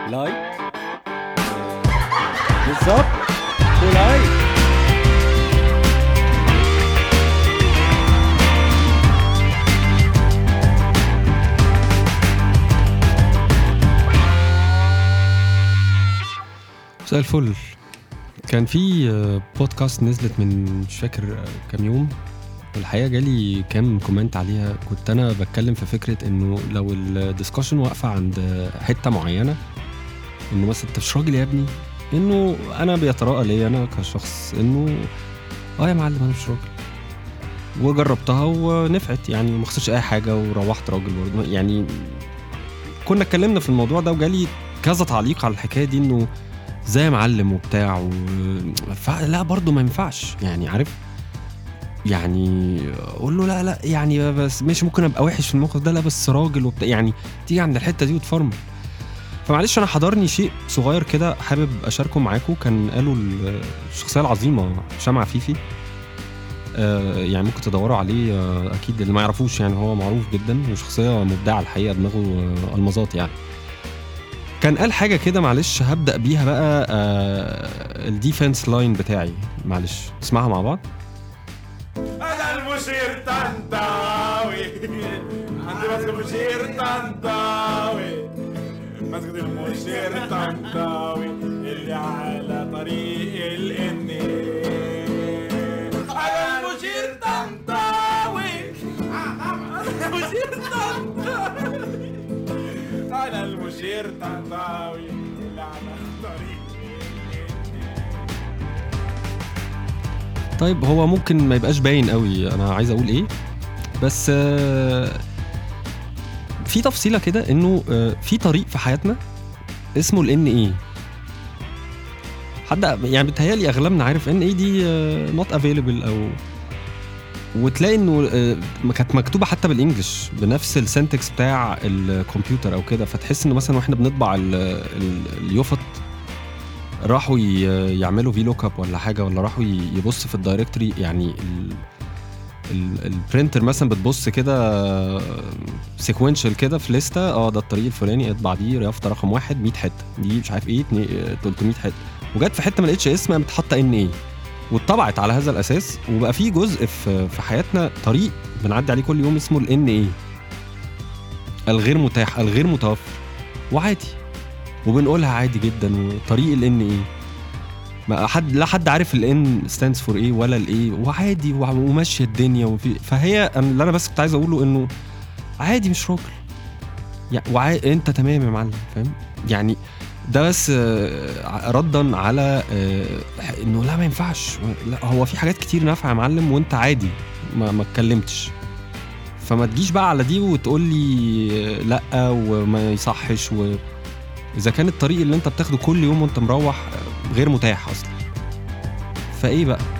لايك بالظبط ولايك. مساء الفل. كان في بودكاست نزلت من مش فاكر كام يوم، الحقيقة جالي كام كومنت عليها. كنت أنا بتكلم في فكرة إنه لو الديسكشن واقفة عند حتة معينة، إنه مثلا أنت مش راجل يا ابني، إنه أنا بيتراءى لي أنا كشخص إنه يا معلم أنا مش راجل، وجربتها ونفعت يعني، ما خسرش أي حاجة وروحت راجل برضه. يعني كنا اتكلمنا في الموضوع ده وجالي كذا تعليق على الحكاية دي، إنه زي معلم وبتاع لا برضو ما ينفعش يعني، عارف يعني اقول له لا يعني بس مش ممكن ابقى وحش في الموقف ده، لا بس راجل وبتاع يعني، تيجي عند الحته دي وتفرمل. فمعلش انا حضرني شيء صغير كده حابب اشاركه معاكم. كان قالوا الشخصيه العظيمه شمع فيفي، يعني ممكن تدوروا عليه، اكيد اللي ما يعرفوش يعني هو معروف جدا وشخصيه مبدعه الحقيقه، دماغه المظات يعني. كان قال حاجة كده، معلش هبدأ بيها بقى الديفنس لاين بتاعي، معلش اسمعها مع بعض. أنا المشير طنطاوي، عندي مسجد المشير طنطاوي، مسجد المشير طنطاوي اللي على طريق الإني. أنا المشير طنطاوي، أنا المشير طنطاوي، أنا المشير طنطاوي اللي على طريق. طيب هو ممكن ما يبقاش باين قوي انا عايز اقول ايه، بس في تفصيلة كده، انه في طريق في حياتنا اسمه ال NA. حد يعني بتهيالي اغلبنا عارف NA دي not available، او وتلاقي انه كانت مكتوبه حتى بالانجلش بنفس السنتكس بتاع الكمبيوتر او كده، فتحس انه مثلا واحنا بنطبع اليوفط راحوا يعملوا في لوك اب ولا حاجه، ولا راحوا يبص في الدايركتوري يعني البرينتر مثلا بتبص كده سيكوينشال كده في لسته، ده الطريق الفلاني اطبع دي يافطه رقم 1 100 حته، دي مش عارف ايه 300 حته، وجت في حته ما لقيتش اسمها متحطه NA واتطبعت على هذا الأساس. وبقى في جزء في حياتنا طريق بنعدي عليه كل يوم اسمه ال NA، الغير متاح الغير متوفر، وعادي وبنقولها عادي جدا، وطريق ال NA ما حد لا حد عارف ال N stands for ايه ولا ال A، وعادي وماشية الدنيا فهي اللي انا بس كنت عايز اقوله انه عادي مش راجل يعني، انت تمام يا معلم، فاهم يعني. ده بس ردا على انه لا ما ينفعش، لا هو في حاجات كتير نافعه يا معلم وانت عادي ما اتكلمتش، فما تجيش بقى على دي وتقول لي لا وما يصحش، واذا كان الطريق اللي انت بتاخده كل يوم وانت مروح غير متاح اصلا، فايه بقى